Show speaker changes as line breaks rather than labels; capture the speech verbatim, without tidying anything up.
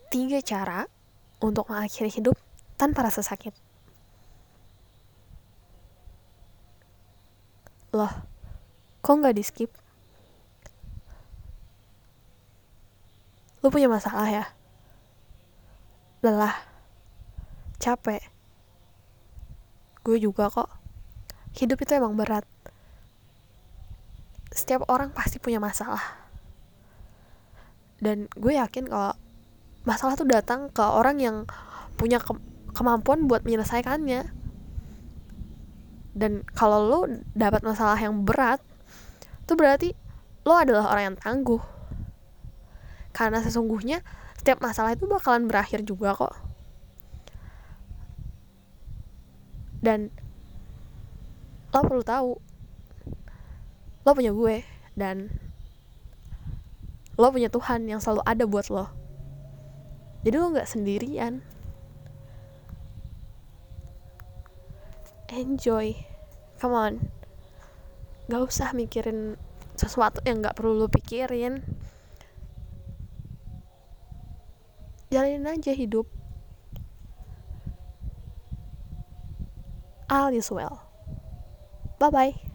tiga cara untuk mengakhiri hidup tanpa rasa sakit. Loh, kok nggak di skip? Lu punya masalah ya? Lelah? Capek? Gue juga kok. Hidup itu emang berat. Setiap orang pasti punya masalah. Dan gue yakin kalau masalah tuh datang ke orang yang punya ke- kemampuan buat menyelesaikannya. Dan kalau lo dapat masalah yang berat, itu berarti lo adalah orang yang tangguh. Karena sesungguhnya setiap masalah itu bakalan berakhir juga kok. Dan lo perlu tahu, lo punya gue, dan lo punya Tuhan yang selalu ada buat lo. Jadi lo gak sendirian. Enjoy. Come on. Gak usah mikirin sesuatu yang gak perlu lo pikirin. Jalanin aja hidup. All is well. Bye bye.